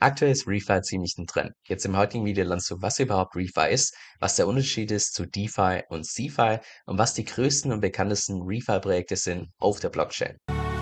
Aktuell ist ReFi ziemlich ein Trend. Jetzt im heutigen Video lernst du, was überhaupt ReFi ist, was der Unterschied ist zu DeFi und CeFi und was die größten und bekanntesten ReFi-Projekte sind auf der Blockchain.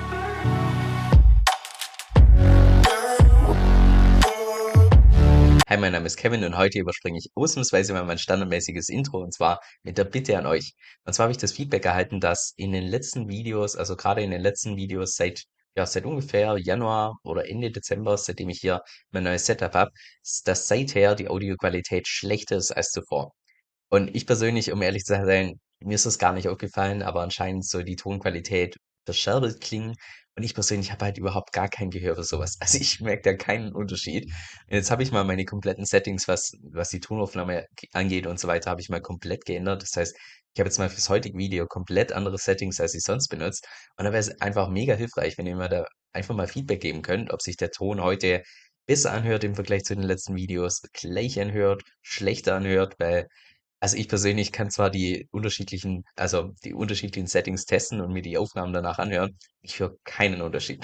Hi, mein Name ist Kevin und heute überspringe ich ausnahmsweise mal mein standardmäßiges Intro und zwar mit der Bitte an euch. Und zwar habe ich das Feedback erhalten, dass in den letzten Videos, also gerade in den letzten Videos seit ungefähr Januar oder Ende Dezember, seitdem ich hier mein neues Setup habe, dass seither die Audioqualität schlechter ist als zuvor. Und ich persönlich, um ehrlich zu sein, mir ist das gar nicht aufgefallen, aber anscheinend soll die Tonqualität verscherbelt klingen. Und ich persönlich habe halt überhaupt gar kein Gehör für sowas. Also ich merke da keinen Unterschied. Und jetzt habe ich mal meine kompletten Settings, was die Tonaufnahme angeht und so weiter, habe ich mal komplett geändert. Das heißt, ich habe jetzt mal fürs heutige Video komplett andere Settings, als ich sonst benutze. Und da wäre es einfach mega hilfreich, wenn ihr mir da einfach mal Feedback geben könnt, ob sich der Ton heute besser anhört im Vergleich zu den letzten Videos, gleich anhört, schlechter anhört, weil also ich persönlich kann zwar die unterschiedlichen Settings testen und mir die Aufnahmen danach anhören. Ich höre keinen Unterschied.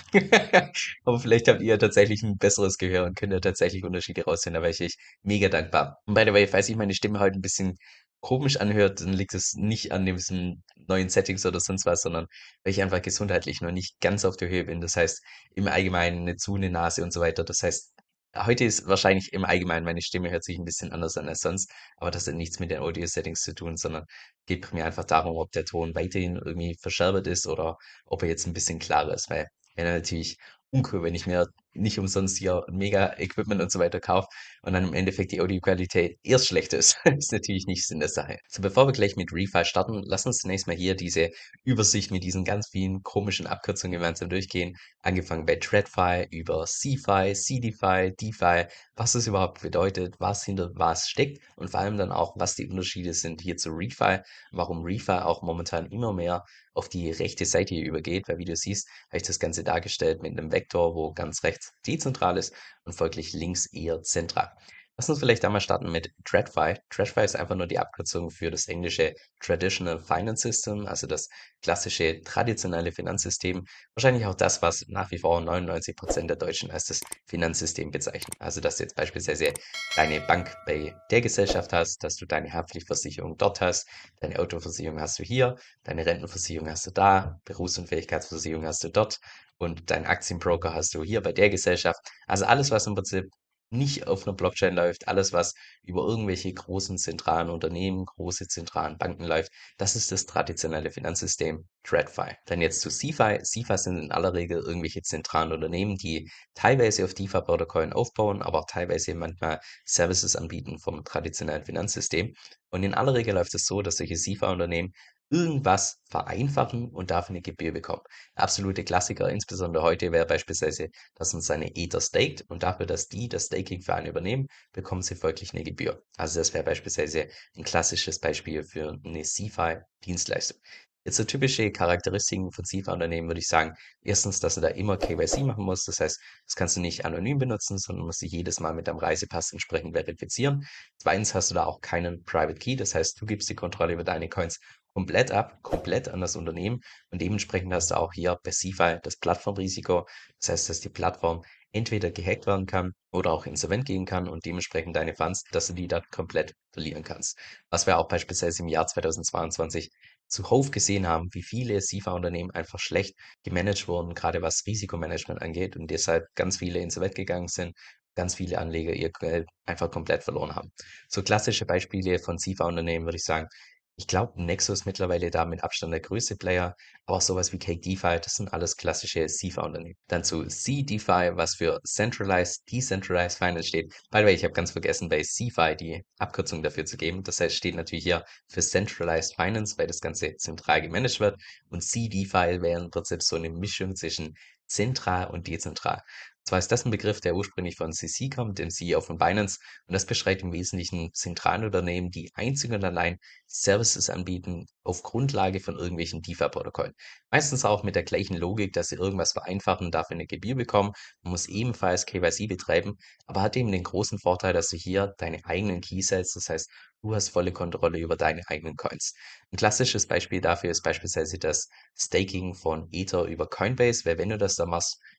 Aber vielleicht habt ihr tatsächlich ein besseres Gehör und könnt ihr tatsächlich Unterschiede raussehen. Da wäre ich mega dankbar. Und by the way, falls sich meine Stimme heute ein bisschen komisch anhört, dann liegt es nicht an diesen neuen Settings oder sonst was, sondern weil ich einfach gesundheitlich noch nicht ganz auf der Höhe bin. Das heißt, im Allgemeinen eine zu, eine Nase und so weiter. Das heißt, heute ist wahrscheinlich im Allgemeinen meine Stimme hört sich ein bisschen anders an als sonst. Aber das hat nichts mit den Audio-Settings zu tun, sondern geht primär einfach darum, ob der Ton weiterhin irgendwie verscherbelt ist oder ob er jetzt ein bisschen klarer ist, weil wäre natürlich uncool, wenn ich mir nicht umsonst hier ein Mega-Equipment und so weiter kaufe und dann im Endeffekt die Audioqualität erst schlecht ist. Ist natürlich nicht Sinn der Sache. So, bevor wir gleich mit ReFi starten, lass uns zunächst mal hier diese Übersicht mit diesen ganz vielen komischen Abkürzungen gemeinsam durchgehen. Angefangen bei TradFi über CeFi, CDFi, DeFi, was es überhaupt bedeutet, was hinter was steckt und vor allem dann auch, was die Unterschiede sind hier zu ReFi, warum ReFi auch momentan immer mehr auf die rechte Seite hier übergeht, weil wie du siehst, habe ich das Ganze dargestellt mit einem Vektor, wo ganz rechts dezentral ist und folglich links eher zentral. Lass uns vielleicht einmal starten mit TradFi. TradFi ist einfach nur die Abkürzung für das englische Traditional Finance System, also das klassische traditionelle Finanzsystem. Wahrscheinlich auch das, was nach wie vor 99% der Deutschen als das Finanzsystem bezeichnen. Also, dass du jetzt beispielsweise deine Bank bei der Gesellschaft hast, dass du deine Haftpflichtversicherung dort hast, deine Autoversicherung hast du hier, deine Rentenversicherung hast du da, Berufsunfähigkeitsversicherung hast du dort und deinen Aktienbroker hast du hier bei der Gesellschaft. Also alles, was im Prinzip nicht auf einer Blockchain läuft, alles, was über irgendwelche großen zentralen Unternehmen, große zentralen Banken läuft, das ist das traditionelle Finanzsystem TradFi. Dann jetzt zu CeFi. CeFi sind in aller Regel irgendwelche zentralen Unternehmen, die teilweise auf DeFi-Protokollen aufbauen, aber auch teilweise manchmal Services anbieten vom traditionellen Finanzsystem. Und in aller Regel läuft es so, dass solche CeFi-Unternehmen irgendwas vereinfachen und dafür eine Gebühr bekommen. Absolute Klassiker, insbesondere heute, wäre beispielsweise, dass man seine Ether staked und dafür, dass die das Staking für einen übernehmen, bekommen sie folglich eine Gebühr. Also das wäre beispielsweise ein klassisches Beispiel für eine CeFi-Dienstleistung. Jetzt so typische Charakteristiken von CeFi-Unternehmen würde ich sagen, erstens, dass du da immer KYC machen musst. Das heißt, das kannst du nicht anonym benutzen, sondern musst dich jedes Mal mit deinem Reisepass entsprechend verifizieren. Zweitens hast du da auch keinen Private Key. Das heißt, du gibst die Kontrolle über deine Coins komplett ab, komplett an das Unternehmen. Und dementsprechend hast du auch hier bei CeFi das Plattformrisiko. Das heißt, dass die Plattform entweder gehackt werden kann oder auch insolvent gehen kann und dementsprechend deine Funds, dass du die dann komplett verlieren kannst. Was wir auch beispielsweise im Jahr 2022 zuhauf gesehen haben, wie viele CeFi-Unternehmen einfach schlecht gemanagt wurden, gerade was Risikomanagement angeht und deshalb ganz viele insolvent gegangen sind, ganz viele Anleger ihr Geld einfach komplett verloren haben. So klassische Beispiele von CeFi-Unternehmen würde ich sagen, ich glaube, Nexus mittlerweile da mit Abstand der größte Player, aber auch sowas wie Cake DeFi, das sind alles klassische CeFi-Unternehmen. Dann zu CDeFi, was für Centralized Decentralized Finance steht. By the way, ich habe ganz vergessen, bei CeFi die Abkürzung dafür zu geben. Das heißt, steht natürlich hier für Centralized Finance, weil das Ganze zentral gemanagt wird. Und CDeFi wäre im Prinzip so eine Mischung zwischen zentral und dezentral. Zwar ist das ein Begriff, der ursprünglich von CC kommt, dem CEO von Binance, und das beschreibt im Wesentlichen Zentralunternehmen, die einzig und allein Services anbieten auf Grundlage von irgendwelchen DeFi-Protokollen. Meistens auch mit der gleichen Logik, dass sie irgendwas vereinfachen, dafür eine Gebühr bekommen. Man muss ebenfalls KYC betreiben, aber hat eben den großen Vorteil, dass du hier deine eigenen Keys hältst. Das heißt, du hast volle Kontrolle über deine eigenen Coins. Ein klassisches Beispiel dafür ist beispielsweise das Staking von Ether über Coinbase, weil wenn du das da machst,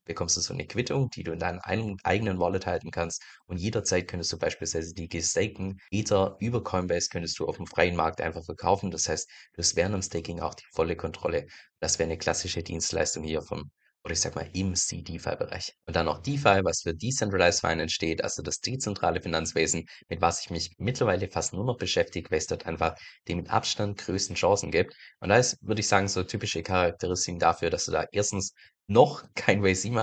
bekommst du so eine Quittung, die du in deinem eigenen Wallet halten kannst und jederzeit könntest du beispielsweise die gestakten Ether über Coinbase könntest du auf dem freien Markt einfach verkaufen. Das heißt, du hast während dem Staking auch die volle Kontrolle. Das wäre eine klassische Dienstleistung hier vom oder ich sag mal im C-DeFi-Bereich. Und dann noch DeFi, was für Decentralized Finance steht, also das dezentrale Finanzwesen, mit was ich mich mittlerweile fast nur noch beschäftige, weil es dort einfach die mit Abstand größten Chancen gibt. Und da ist, würde ich sagen, so typische Charakteristiken dafür, dass du da erstens noch kein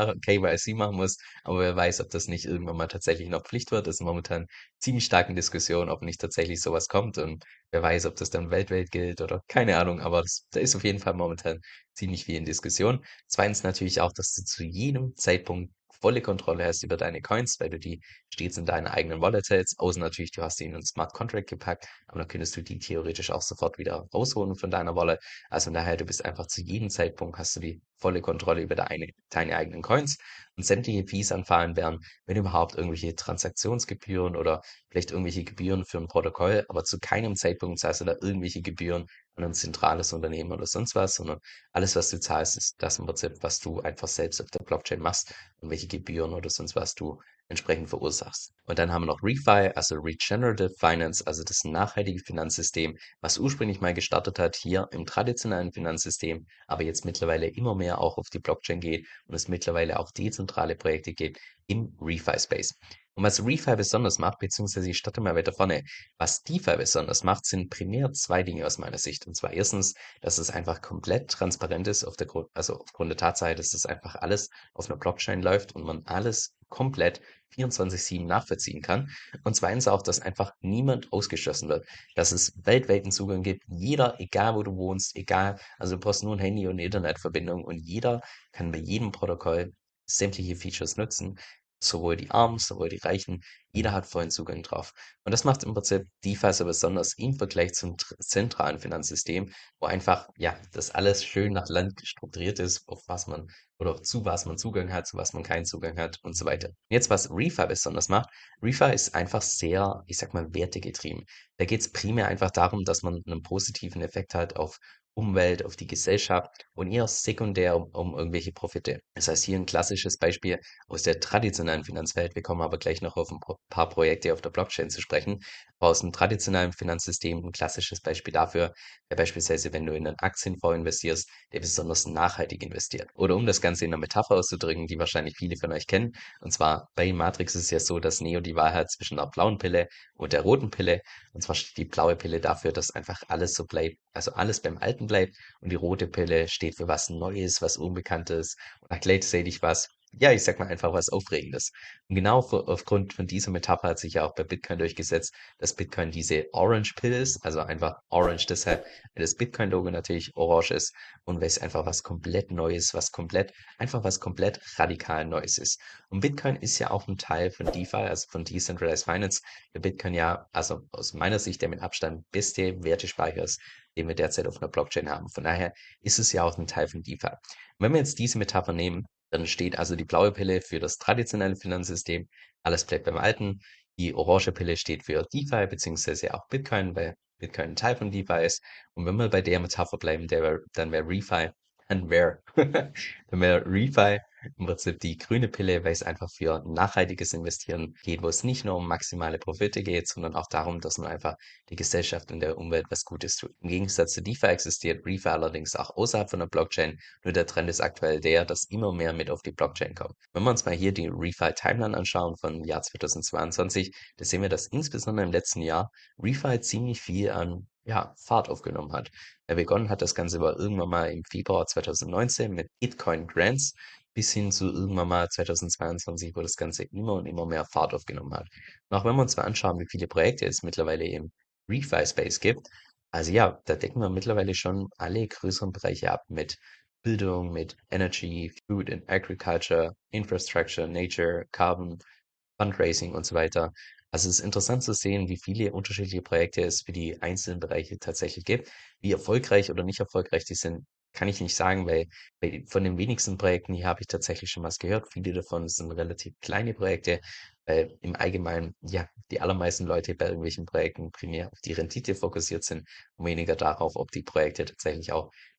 KYC machen musst, aber wer weiß, ob das nicht irgendwann mal tatsächlich noch Pflicht wird. Das ist momentan ziemlich stark in Diskussion, ob nicht tatsächlich sowas kommt und wer weiß, ob das dann weltweit gilt oder keine Ahnung, aber da ist auf jeden Fall momentan ziemlich viel in Diskussion. Zweitens natürlich auch, dass du zu jedem Zeitpunkt volle Kontrolle hast über deine Coins, weil du die stets in deiner eigenen Wallet hältst. Außer natürlich, du hast die in einen Smart Contract gepackt, aber dann könntest du die theoretisch auch sofort wieder rausholen von deiner Wallet. Also von daher, du bist einfach zu jedem Zeitpunkt hast du die volle Kontrolle über deine eigenen Coins und sämtliche Fees anfallen werden, wenn überhaupt irgendwelche Transaktionsgebühren oder vielleicht irgendwelche Gebühren für ein Protokoll, aber zu keinem Zeitpunkt zahlst du da irgendwelche Gebühren an ein zentrales Unternehmen oder sonst was, sondern alles, was du zahlst, ist das im Prinzip, was du einfach selbst auf der Blockchain machst und welche Gebühren oder sonst was du entsprechend verursachst. Und dann haben wir noch ReFi, also Regenerative Finance, also das nachhaltige Finanzsystem, was ursprünglich mal gestartet hat hier im traditionellen Finanzsystem, aber jetzt mittlerweile immer mehr auch auf die Blockchain geht und es mittlerweile auch dezentrale Projekte gibt im ReFi-Space. Und was ReFi besonders macht, beziehungsweise ich starte mal weiter vorne, was DeFi besonders macht, sind primär zwei Dinge aus meiner Sicht. Und zwar erstens, dass es einfach komplett transparent ist also aufgrund der Tatsache, dass das einfach alles auf einer Blockchain läuft und man alles komplett 24/7 nachvollziehen kann. Und zweitens auch, dass einfach niemand ausgeschlossen wird, dass es weltweiten Zugang gibt. Jeder, egal wo du wohnst, egal, also du brauchst nur ein Handy und eine Internetverbindung und jeder kann bei jedem Protokoll sämtliche Features nutzen. Sowohl die Armen, sowohl die Reichen, jeder hat vollen Zugang drauf. Und das macht im Prinzip DeFi so besonders im Vergleich zum zentralen Finanzsystem, wo einfach, ja, das alles schön nach Land strukturiert ist, auf was man oder zu was man Zugang hat, zu was man keinen Zugang hat und so weiter. Jetzt, was ReFi besonders macht, ReFi ist einfach sehr, ich sag mal, wertegetrieben. Da geht es primär einfach darum, dass man einen positiven Effekt hat auf Umwelt, auf die Gesellschaft und eher sekundär um irgendwelche Profite. Das heißt, hier ein klassisches Beispiel aus der traditionellen Finanzwelt. Wir kommen aber gleich noch auf ein paar Projekte auf der Blockchain zu sprechen. Aber aus dem traditionellen Finanzsystem ein klassisches Beispiel dafür wäre beispielsweise, wenn du in einen Aktienfonds investierst, der besonders nachhaltig investiert. Oder um das Ganze in einer Metapher auszudrücken, die wahrscheinlich viele von euch kennen. Und zwar bei Matrix ist es ja so, dass Neo die Wahl hat zwischen der blauen Pille und der roten Pille. Und zwar steht die blaue Pille dafür, dass einfach alles so bleibt, also alles beim Alten bleibt. Und die rote Pille steht für was Neues, was Unbekanntes oder gleichzeitig was, ja, ich sag mal einfach was Aufregendes. Und genau aufgrund von dieser Metapher hat sich ja auch bei Bitcoin durchgesetzt, dass Bitcoin diese Orange Pill ist, also einfach Orange deshalb, weil das Bitcoin-Logo natürlich orange ist und weil es einfach was komplett Neues, einfach was komplett radikal Neues ist. Und Bitcoin ist ja auch ein Teil von DeFi, also von Decentralized Finance, der Bitcoin ja, also aus meiner Sicht der mit Abstand beste Wertespeicher ist, den wir derzeit auf einer Blockchain haben. Von daher ist es ja auch ein Teil von DeFi. Und wenn wir jetzt diese Metapher nehmen, dann steht also die blaue Pille für das traditionelle Finanzsystem, alles bleibt beim Alten. Die orange Pille steht für DeFi beziehungsweise auch Bitcoin, weil Bitcoin ein Teil von DeFi ist. Und wenn wir bei der Metapher bleiben, dann wäre ReFi, dann wäre dann wäre ReFi im Prinzip die grüne Pille, weil es einfach für nachhaltiges Investieren geht, wo es nicht nur um maximale Profite geht, sondern auch darum, dass man einfach die Gesellschaft und der Umwelt was Gutes tut. Im Gegensatz zu DeFi existiert ReFi allerdings auch außerhalb von der Blockchain. Nur der Trend ist aktuell der, dass immer mehr mit auf die Blockchain kommt. Wenn wir uns mal hier die ReFi-Timeline anschauen von Jahr 2022, da sehen wir, dass insbesondere im letzten Jahr ReFi ziemlich viel an ja, Fahrt aufgenommen hat. Begonnen hat das Ganze aber irgendwann mal im Februar 2019 mit Bitcoin Grants bis hin zu irgendwann mal 2022, wo das Ganze immer und immer mehr Fahrt aufgenommen hat. Und auch wenn wir uns mal anschauen, wie viele Projekte es mittlerweile im ReFi-Space gibt, also ja, da decken wir mittlerweile schon alle größeren Bereiche ab mit Bildung, mit Energy, Food and Agriculture, Infrastructure, Nature, Carbon, Fundraising und so weiter. Also es ist interessant zu sehen, wie viele unterschiedliche Projekte es für die einzelnen Bereiche tatsächlich gibt. Wie erfolgreich oder nicht erfolgreich die sind, kann ich nicht sagen, weil von den wenigsten Projekten hier habe ich tatsächlich schon was gehört. Viele davon sind relativ kleine Projekte, weil im Allgemeinen, ja, die allermeisten Leute bei irgendwelchen Projekten primär auf die Rendite fokussiert sind und weniger darauf, ob die Projekte tatsächlich auch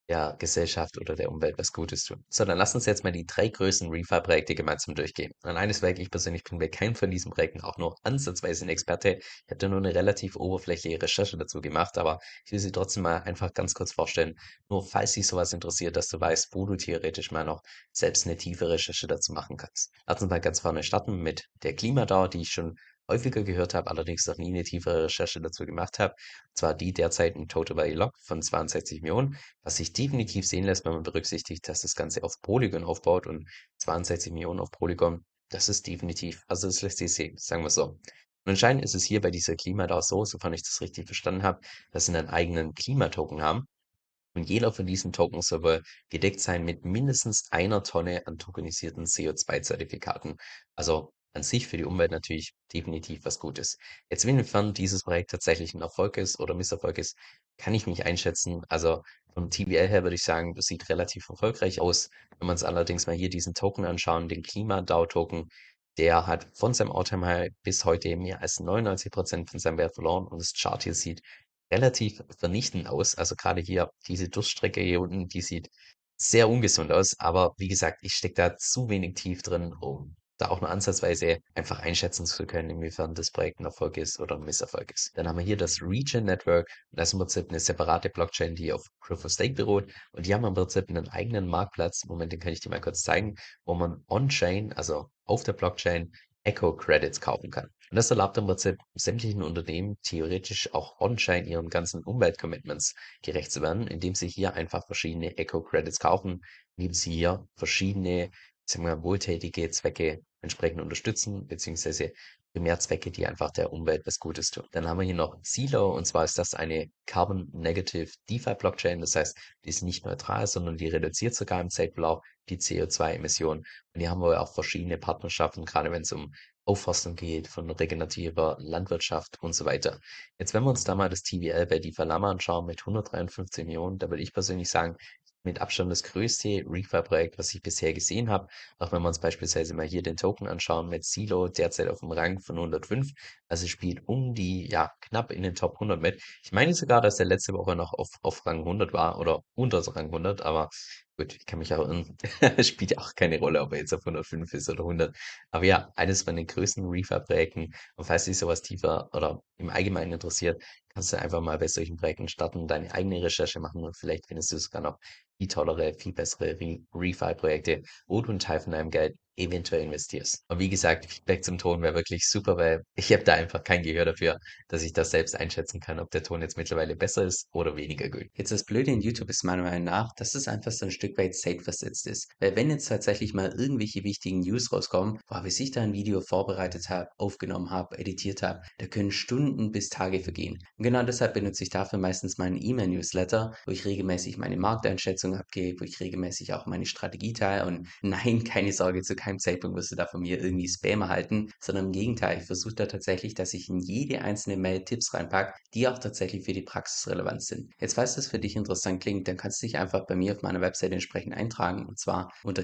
der Gesellschaft oder der Umwelt was Gutes tun. So, dann lass uns jetzt mal die 3 größten Refi-Projekte gemeinsam durchgehen. Und eines weg, ich persönlich bin bei keinem von diesen Projekten auch nur ansatzweise ein Experte. Ich habe da nur eine relativ oberflächliche Recherche dazu gemacht, aber ich will sie trotzdem mal einfach ganz kurz vorstellen, nur falls dich sowas interessiert, dass du weißt, wo du theoretisch mal noch selbst eine tiefe Recherche dazu machen kannst. Lass uns mal ganz vorne starten mit der Klimadauer, die ich schon häufiger gehört habe, allerdings noch nie eine tiefere Recherche dazu gemacht habe. Und zwar die derzeit ein Total Value Lock von 62 Millionen, was sich definitiv sehen lässt, wenn man berücksichtigt, dass das Ganze auf Polygon aufbaut, und 62 Millionen auf Polygon, das ist definitiv, also das lässt sich sehen, sagen wir so. Und anscheinend ist es hier bei dieser Klimadau so, sofern ich das richtig verstanden habe, dass sie einen eigenen Klimatoken haben. Und jeder von diesen Tokens soll wohl gedeckt sein mit mindestens einer Tonne an tokenisierten CO2-Zertifikaten. Also an sich für die Umwelt natürlich definitiv was Gutes. Jetzt, inwiefern dieses Projekt tatsächlich ein Erfolg ist oder Misserfolg ist, kann ich nicht einschätzen. Also vom TVL her würde ich sagen, das sieht relativ erfolgreich aus. Wenn wir uns allerdings mal hier diesen Token anschauen, den Klima-DAO-Token, der hat von seinem All-Time-High bis heute mehr als 99% von seinem Wert verloren, und das Chart hier sieht relativ vernichtend aus. Also gerade hier diese Durststrecke hier unten, die sieht sehr ungesund aus. Aber wie gesagt, ich stecke da zu wenig tief drin, um da auch nur ansatzweise einfach einschätzen zu können, inwiefern das Projekt ein Erfolg ist oder ein Misserfolg ist. Dann haben wir hier das Regen Network. Und das ist im Prinzip eine separate Blockchain, die auf Proof of Stake beruht. Und die haben im Prinzip einen eigenen Marktplatz. Moment, den kann ich dir mal kurz zeigen, wo man on-chain, also auf der Blockchain, Eco-Credits kaufen kann. Und das erlaubt im Prinzip sämtlichen Unternehmen theoretisch auch on-chain ihren ganzen Umweltcommitments gerecht zu werden, indem sie hier einfach verschiedene Eco-Credits kaufen, indem sie hier verschiedene, sagen wir mal, wohltätige Zwecke entsprechend unterstützen, beziehungsweise Primärzwecke, die einfach der Umwelt was Gutes tun. Dann haben wir hier noch Zilo, und zwar ist das eine Carbon Negative DeFi Blockchain. Das heißt, die ist nicht neutral, sondern die reduziert sogar im Zeitverlauf die CO2-Emissionen. Und hier haben wir auch verschiedene Partnerschaften, gerade wenn es um Aufforstung geht, von regenerativer Landwirtschaft und so weiter. Jetzt, wenn wir uns da mal das TVL bei DeFi Lama anschauen mit 153 Millionen, da würde ich persönlich sagen, mit Abstand das größte Refi-Projekt, was ich bisher gesehen habe. Auch wenn wir uns beispielsweise mal hier den Token anschauen mit Silo, derzeit auf dem Rang von 105. Also spielt um die, ja, knapp in den Top 100 mit. Ich meine sogar, dass der letzte Woche noch auf Rang 100 war oder unter Rang 100, aber gut, ich kann mich auch irren. Es spielt ja auch keine Rolle, ob er jetzt auf 105 ist oder 100. Aber ja, eines von den größten Refi-Projekten. Und falls dich sowas tiefer oder im Allgemeinen interessiert, kannst du einfach mal bei solchen Projekten starten, deine eigene Recherche machen, und vielleicht findest du sogar noch viel tollere, viel bessere Refi-Projekte, wo du einen Teil von deinem Geld eventuell investierst. Und wie gesagt, Feedback zum Ton wäre wirklich super, weil ich habe da einfach kein Gehör dafür, dass ich das selbst einschätzen kann, ob der Ton jetzt mittlerweile besser ist oder weniger gut. Jetzt das Blöde in YouTube ist meiner Meinung nach, dass es einfach so ein Stück weit safe versetzt ist. Weil wenn jetzt tatsächlich mal irgendwelche wichtigen News rauskommen, boah, bis ich da ein Video vorbereitet habe, aufgenommen habe, editiert habe, da können Stunden bis Tage vergehen. Und genau deshalb benutze ich dafür meistens meinen E-Mail-Newsletter, wo ich regelmäßig meine Markteinschätzung abgebe, wo ich regelmäßig auch meine Strategie teile. Und nein, keine Sorge, zu keinem Zeitpunkt wirst du da von mir irgendwie Spam erhalten, sondern im Gegenteil, ich versuche da tatsächlich, dass ich in jede einzelne Mail Tipps reinpacke, die auch tatsächlich für die Praxis relevant sind. Jetzt, falls das für dich interessant klingt, dann kannst du dich einfach bei mir auf meiner Webseite entsprechend eintragen, und zwar unter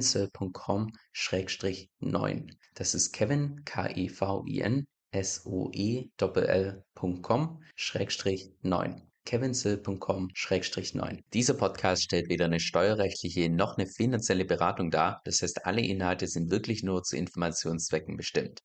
kevinsoe.com/9. Das ist Kevin, Kevin, soe.com/9. kevinsil.com/9. Dieser Podcast stellt weder eine steuerrechtliche noch eine finanzielle Beratung dar. Das heißt, alle Inhalte sind wirklich nur zu Informationszwecken bestimmt.